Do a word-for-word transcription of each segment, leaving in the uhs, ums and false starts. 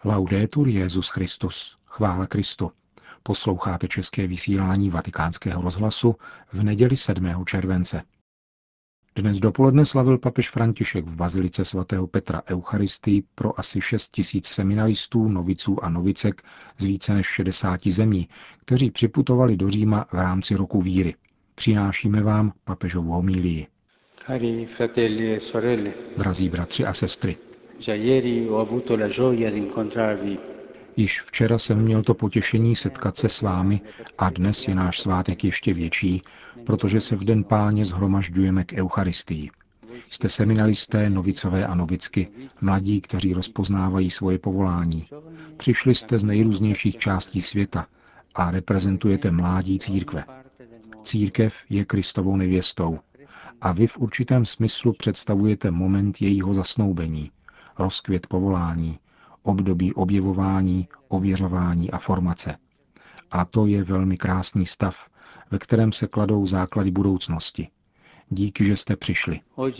Laudetur Jesus Christus. Chvála Kristu. Posloucháte české vysílání Vatikánského rozhlasu v neděli sedmého července. Dnes dopoledne slavil papež František v bazilice svatého Petra Eucharistii pro asi šest tisíc seminaristů, noviců a novicek z více než šedesáti zemí, kteří připutovali do Říma v rámci roku víry. Přinášíme vám papežovu homílii. Cari fratelli e sorelle, Drazí bratři a sestry, già ieri ho avuto la gioia di incontrarvi. již včera jsem měl to potěšení setkat se s vámi a dnes je náš svátek ještě větší, protože se v den Páně shromažďujeme k Eucharistii. Jste seminaristé, novicové a novicky, mladí, kteří rozpoznávají svoje povolání. Přišli jste z nejrůznějších částí světa a reprezentujete mládí církve. Církev je Kristovou nevěstou a vy v určitém smyslu představujete moment jejího zasnoubení, rozkvět povolání, období objevování, ověřování a formace. A to je velmi krásný stav, ve kterém se kladou základy budoucnosti. Díky, že jste přišli.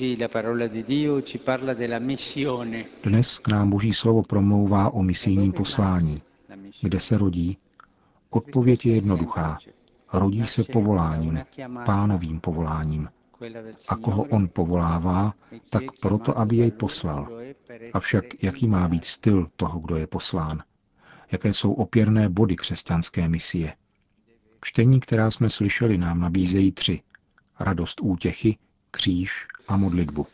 Dnes k nám Boží slovo promlouvá o misijním poslání. Kde se rodí? Odpověď je jednoduchá. Rodí se povoláním, Pánovým povoláním. A koho on povolává, tak proto, aby jej poslal. Avšak jaký má být styl toho, kdo je poslán? Jaké jsou opěrné body křesťanské misie? Čtení, která jsme slyšeli, nám nabízejí tři. Radost útěchy, kříž a modlitbu.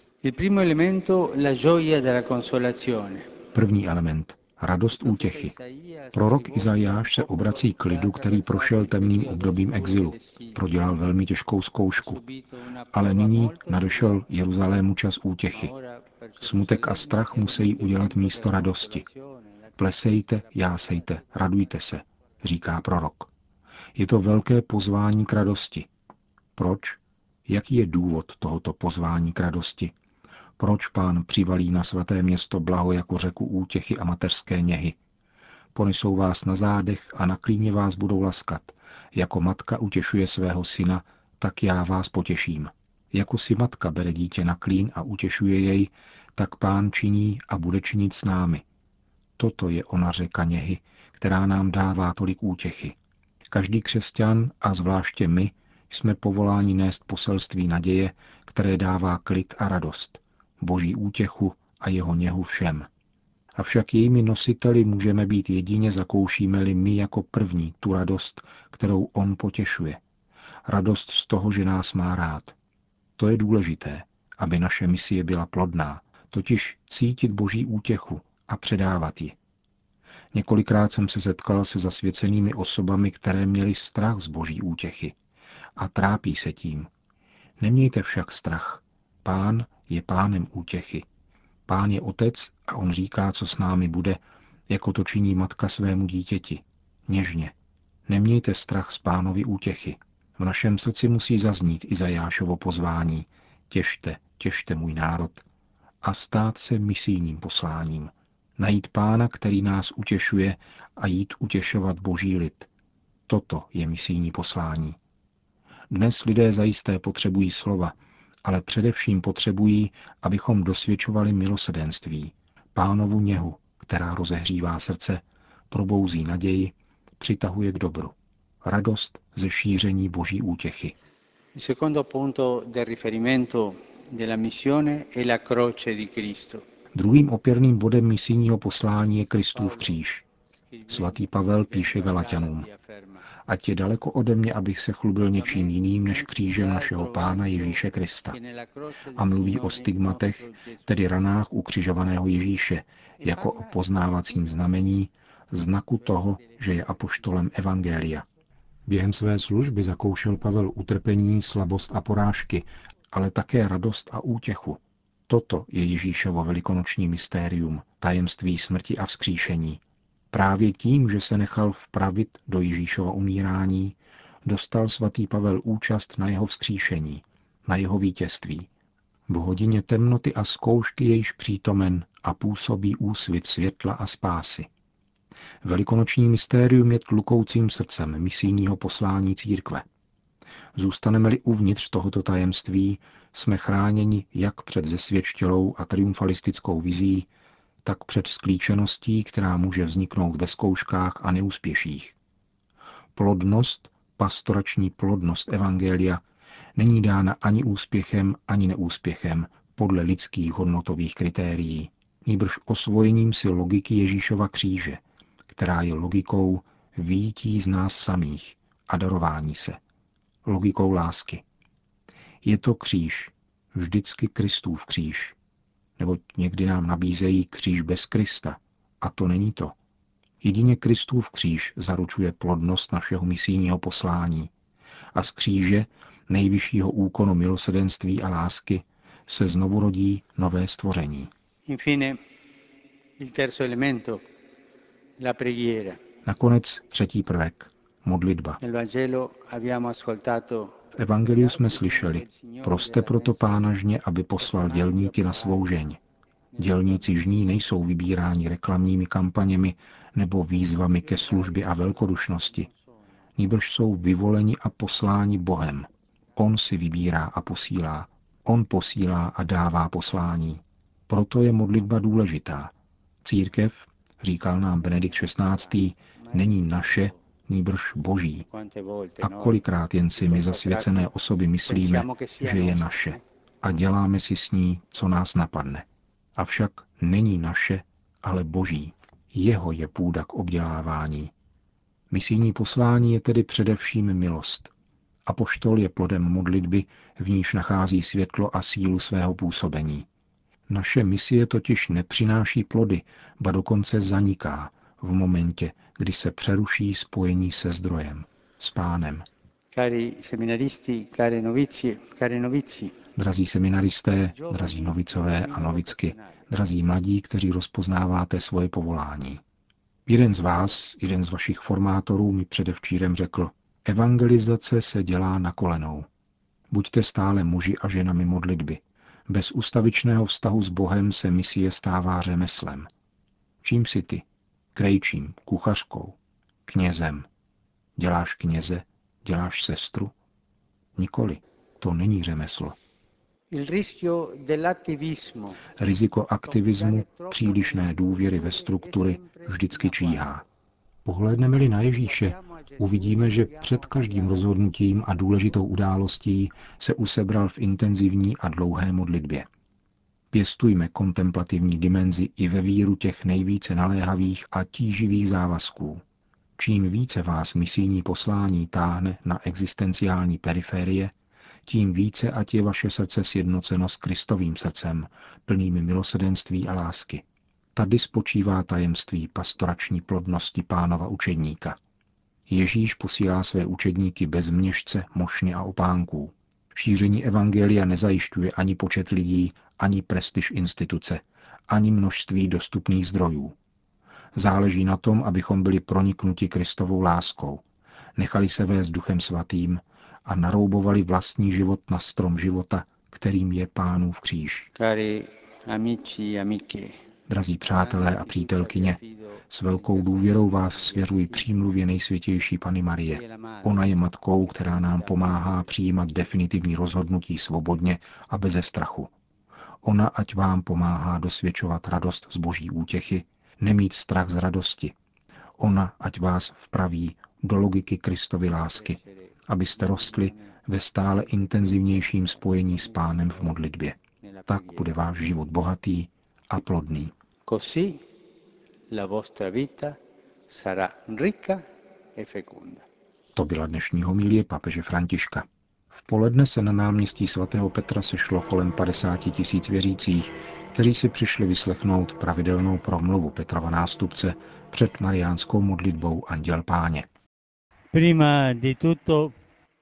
První element. Radost útěchy. Prorok Izajáš se obrací k lidu, který prošel temným obdobím exilu. Prodělal velmi těžkou zkoušku. Ale nyní nadešel Jeruzalému čas útěchy. Smutek a strach musí udělat místo radosti. Plesejte, jásejte, radujte se, říká prorok. Je to velké pozvání k radosti. Proč? Jaký je důvod tohoto pozvání k radosti? Proč Pán přivalí na svaté město blaho jako řeku útěchy a mateřské něhy? Ponesou vás na zádech a na klíně vás budou laskat. Jako matka utěšuje svého syna, tak já vás potěším. Jako si matka bere dítě na klín a utěšuje jej, tak Pán činí a bude činit s námi. Toto je ona řeka něhy, která nám dává tolik útěchy. Každý křesťan, a zvláště my, jsme povoláni nést poselství naděje, které dává klid a radost, Boží útěchu a jeho něhu všem. Avšak jejími nositeli můžeme být jedině, zakoušíme-li my jako první tu radost, kterou on potěšuje. Radost z toho, že nás má rád. To je důležité, aby naše misie byla plodná, totiž cítit Boží útěchu a předávat ji. Několikrát jsem se setkal se zasvěcenými osobami, které měly strach z Boží útěchy a trápí se tím. Nemějte však strach. Pán je Pánem útěchy. Pán je Otec a on říká, co s námi bude, jako to činí matka svému dítěti. Něžně. Nemějte strach z Pánovy útěchy. V našem srdci musí zaznít Izajášovo pozvání. Těšte, těšte můj národ. A stát se misijním posláním. Najít Pána, který nás utěšuje, a jít utěšovat Boží lid. Toto je misijní poslání. Dnes lidé zajisté potřebují slova, ale především potřebují, abychom dosvědčovali milosrdenství, Pánovu něhu, která rozehřívá srdce, probouzí naději, přitahuje k dobru. Radost ze šíření Boží útěchy. Il secondo punto del riferimento della missione è la croce di Cristo. Druhým opěrným bodem misijního poslání je Kristův kříž. Svatý Pavel píše Galaťanům: Ať je daleko ode mě, abych se chlubil něčím jiným než křížem našeho Pána Ježíše Krista. A mluví o stigmatech, tedy ranách ukřižovaného Ježíše, jako o poznávacím znamení, znaku toho, že je apoštolem evangelia. Během své služby zakoušel Pavel utrpení, slabost a porážky, ale také radost a útěchu. Toto je Ježíšovo velikonoční mystérium, tajemství smrti a vzkříšení. Právě tím, že se nechal vpravit do Ježíšova umírání, dostal svatý Pavel účast na jeho vzkříšení, na jeho vítězství. V hodině temnoty a zkoušky jejíž přítomen a působí úsvit světla a spásy. Velikonoční mystérium je tlukoucím srdcem misijního poslání církve. Zůstaneme-li uvnitř tohoto tajemství, jsme chráněni jak před zesvědčilou a triumfalistickou vizí, tak před sklíčeností, která může vzniknout ve zkouškách a neúspěších. Plodnost, pastorační plodnost evangelia, není dána ani úspěchem, ani neúspěchem podle lidských hodnotových kritérií, nýbrž osvojením si logiky Ježíšova kříže, která je logikou vyjití z nás samých a darování se, logikou lásky. Je to kříž, vždycky Kristův kříž, neboť někdy nám nabízejí kříž bez Krista, a to není to. Jedině Kristův kříž zaručuje plodnost našeho misijního poslání a z kříže, nejvyššího úkonu milosrdenství a lásky, se znovu rodí nové stvoření. Infine, il terzo elemento, la preghiera. Nakonec třetí prvek, modlitba. Nel Vangelo abbiamo ascoltato. V evangeliu jsme slyšeli, proste proto Pána žně, aby poslal dělníky na svou žeň. Dělníci žní nejsou vybíráni reklamními kampaněmi nebo výzvami ke službě a velkodušnosti. Nýbrž jsou vyvoleni a posláni Bohem. On si vybírá a posílá. On posílá a dává poslání. Proto je modlitba důležitá. Církev, říkal nám Benedikt šestnáctý, není naše, nýbrž Boží. A kolikrát jen si my zasvěcené osoby myslíme, že je naše a děláme si s ní, co nás napadne. Avšak není naše, ale Boží. Jeho je půda k obdělávání. Misijní poslání je tedy především milost. Apoštol je plodem modlitby, v níž nachází světlo a sílu svého působení. Naše misie totiž nepřináší plody, ba dokonce zaniká v momentě, kdy se přeruší spojení se zdrojem, s Pánem. Cari seminaristi, cari novici, cari novici. Drazí seminaristé, drazí novicové a novicky, drazí mladí, kteří rozpoznáváte svoje povolání. Jeden z vás, jeden z vašich formátorů mi předevčírem řekl, evangelizace se dělá na kolenou. Buďte stále muži a ženami modlitby. Bez ustavičného vztahu s Bohem se misie stává řemeslem. Čím si ty? Krejčím, kuchařkou, knězem. Děláš kněze, děláš sestru? Nikoli, to není řemeslo. Riziko aktivismu, přílišné důvěry ve struktury vždycky číhá. Pohlédneme-li na Ježíše, uvidíme, že před každým rozhodnutím a důležitou událostí se usebral v intenzivní a dlouhé modlitbě. Pěstujme kontemplativní dimenzi i ve víru těch nejvíce naléhavých a tíživých závazků. Čím více vás misijní poslání táhne na existenciální periferie, tím více ať je vaše srdce sjednoceno s Kristovým srdcem, plným milosrdenství a lásky. Tady spočívá tajemství pastorační plodnosti Pánova učedníka. Ježíš posílá své učedníky bez měšce, mošny a opánků. Šíření evangelia nezajišťuje ani počet lidí, ani prestiž instituce, ani množství dostupných zdrojů. Záleží na tom, abychom byli proniknuti Kristovou láskou, nechali se vést Duchem Svatým a naroubovali vlastní život na strom života, kterým je Pánův kříž. Cari amici, amiche. Drazí přátelé a přítelkyně, s velkou důvěrou vás svěřuji přímluvě nejsvětější Panny Marie. Ona je matkou, která nám pomáhá přijímat definitivní rozhodnutí svobodně a beze strachu. Ona ať vám pomáhá dosvědčovat radost z Boží útěchy, nemít strach z radosti. Ona ať vás vpraví do logiky Kristovy lásky, abyste rostli ve stále intenzivnějším spojení s Pánem v modlitbě. Tak bude váš život bohatý a plodný. Così la vostra vita sarà ricca e fecunda. To byla dnešní homilie papeže Františka. V poledne se na náměstí svatého Petra sešlo kolem padesáti tisíc věřících, kteří si přišli vyslechnout pravidelnou promluvu Petrova nástupce před mariánskou modlitbou Anděl Páně. Prima di tutto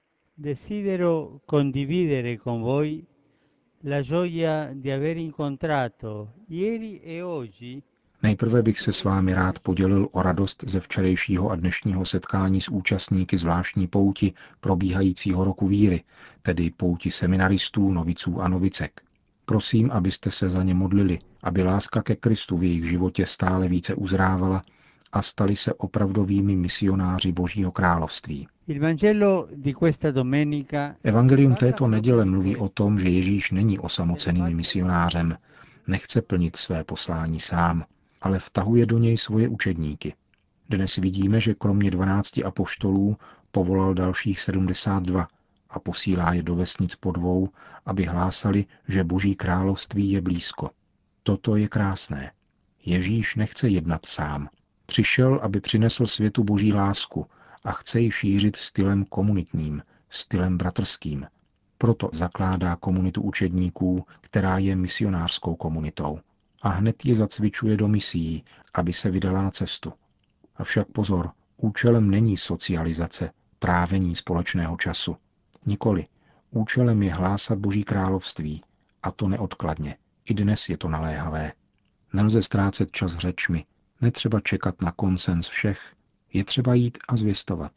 desidero condividere con voi la gioia di aver incontrato ieri e oggi. Nejprve bych se s vámi rád podělil o radost ze včerejšího a dnešního setkání s účastníky zvláštní pouti probíhajícího roku víry, tedy pouti seminaristů, noviců a novicek. Prosím, abyste se za ně modlili, aby láska ke Kristu v jejich životě stále více uzrávala a stali se opravdovými misionáři Božího království. Evangelium této neděle mluví o tom, že Ježíš není osamoceným misionářem, Nechce plnit své poslání sám, ale vtahuje do něj svoje učedníky. Dnes vidíme, že kromě dvanácti apoštolů povolal dalších sedmdesát dva a posílá je do vesnic po dvou, aby hlásali, že Boží království je blízko. Toto je krásné. Ježíš nechce jednat sám. Přišel, aby přinesl světu Boží lásku a chce ji šířit stylem komunitním, stylem bratrským. Proto zakládá komunitu učedníků, která je misionářskou komunitou. A hned ji zacvičuje do misií, aby se vydala na cestu. Avšak pozor, účelem není socializace, trávení společného času. Nikoli. Účelem je hlásat Boží království, a to neodkladně. I dnes je to naléhavé. Nelze ztrácet čas řečmi, netřeba čekat na konsens všech, je třeba jít a zvěstovat.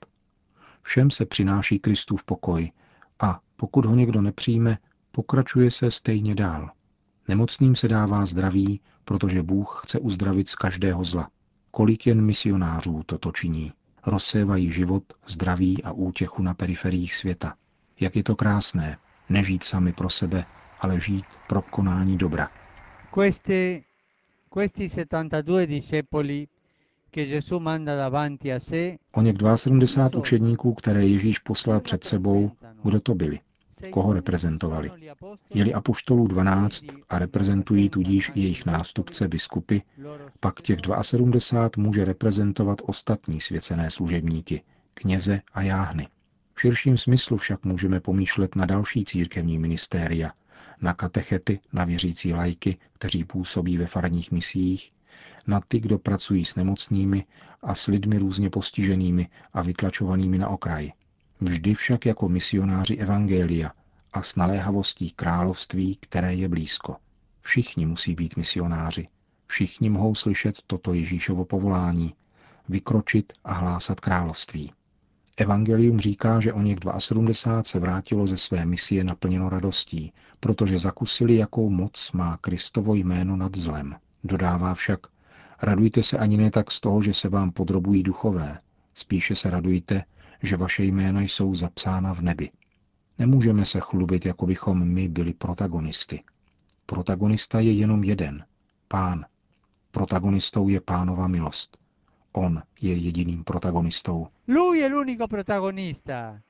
Všem se přináší Kristův pokoj a pokud ho někdo nepřijme, pokračuje se stejně dál. Nemocným se dává zdraví, protože Bůh chce uzdravit z každého zla. Kolik jen misionářů toto činí. Rozsévají život, zdraví a útěchu na periferiích světa. Jak je to krásné, nežít sami pro sebe, ale žít pro konání dobra. Questi, questi settantadue discepoli che Gesù manda davanti a sé, Oněch sedmdesát dva učedníků, které Ježíš poslal před sebou, kdo to byli? Koho reprezentovali? Je-li apoštolů dvanáct a reprezentují tudíž i jejich nástupce biskupy, pak těch sedmdesát dva může reprezentovat ostatní svěcené služebníky, kněze a jáhny. V širším smyslu však můžeme pomýšlet na další církevní ministéria, na katechety, na věřící laiky, kteří působí ve farních misiích, na ty, kdo pracují s nemocnými a s lidmi různě postiženými a vytlačovanými na okraj. Vždy však jako misionáři evangelia a s naléhavostí království, které je blízko. Všichni musí být misionáři. Všichni mohou slyšet toto Ježíšovo povolání, vykročit a hlásat království. Evangelium říká, že o něch sedmdesát dva se vrátilo ze své misie naplněno radostí, protože zakusili, jakou moc má Kristovo jméno nad zlem. Dodává však, radujte se ani ne tak z toho, že se vám podrobují duchové, spíše se radujte, že vaše jména jsou zapsána v nebi. Nemůžeme se chlubit, jako bychom my byli protagonisty. Protagonista je jenom jeden, Pán. Protagonistou je Pánova milost. On je jediným protagonistou. Lui è l'unico protagonista.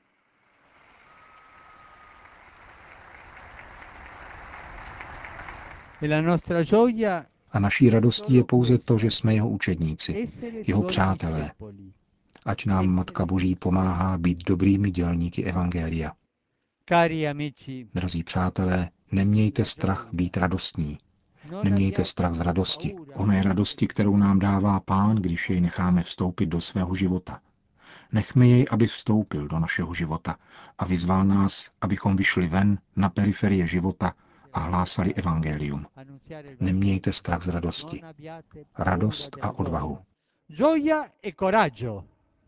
E la nostra gioia A naší radostí je pouze to, že jsme jeho učedníci, jeho přátelé. Ať nám Matka Boží pomáhá být dobrými dělníky evangelia. Cari amici, Drazí přátelé, nemějte strach být radostní. Nemějte strach z radosti, oné radosti, kterou nám dává Pán, když jej necháme vstoupit do svého života. Nechme jej, aby vstoupil do našeho života a vyzval nás, abychom vyšli ven na periferie života a hlásali evangelium. Nemějte strach z radosti. Radost a odvahu. Gioia e coraggio.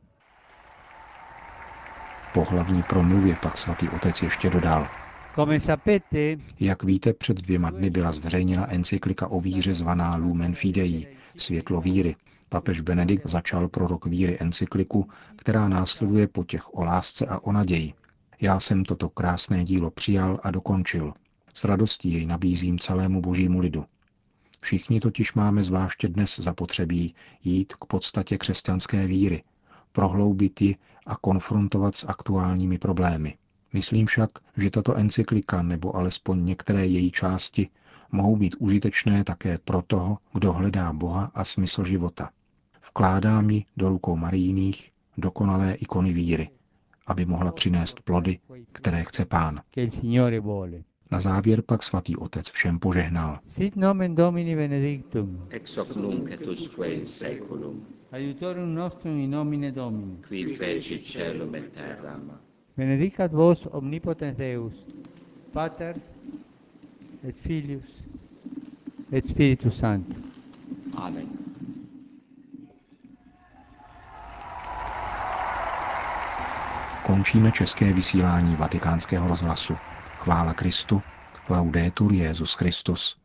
Po hlavní promluvě pak svatý otec ještě dodal. Come sapete, Jak víte, před dvěma dny byla zveřejněna encyklika o víře zvaná Lumen Fidei, světlo víry. Papež Benedikt začal pro rok víry encykliku, která následuje po těch o lásce a o naději. Já jsem toto krásné dílo přijal a dokončil. S radostí jej nabízím celému božímu lidu. Všichni totiž máme zvláště dnes zapotřebí jít k podstatě křesťanské víry, prohloubit ji a konfrontovat s aktuálními problémy. Myslím však, že tato encyklika, nebo alespoň některé její části, mohou být užitečné také pro toho, kdo hledá Boha a smysl života. Vkládám ji do rukou Marijných, dokonalé ikony víry, aby mohla přinést plody, které chce Pán. Na závěr pak svatý otec všem požehnal. Sit nomen Domini benedictum. Ex hoc nunc et usque in saeculum. Aiutorium nostrum in nomine Domini. Qui fecit caelum et terram. Benedicat vos omnipotens Deus, Pater et Filius et Spiritus Sanctus. Amen. Končíme české vysílání Vatikánského rozhlasu. Chvála Kristu. Laudetur Jesus Christus.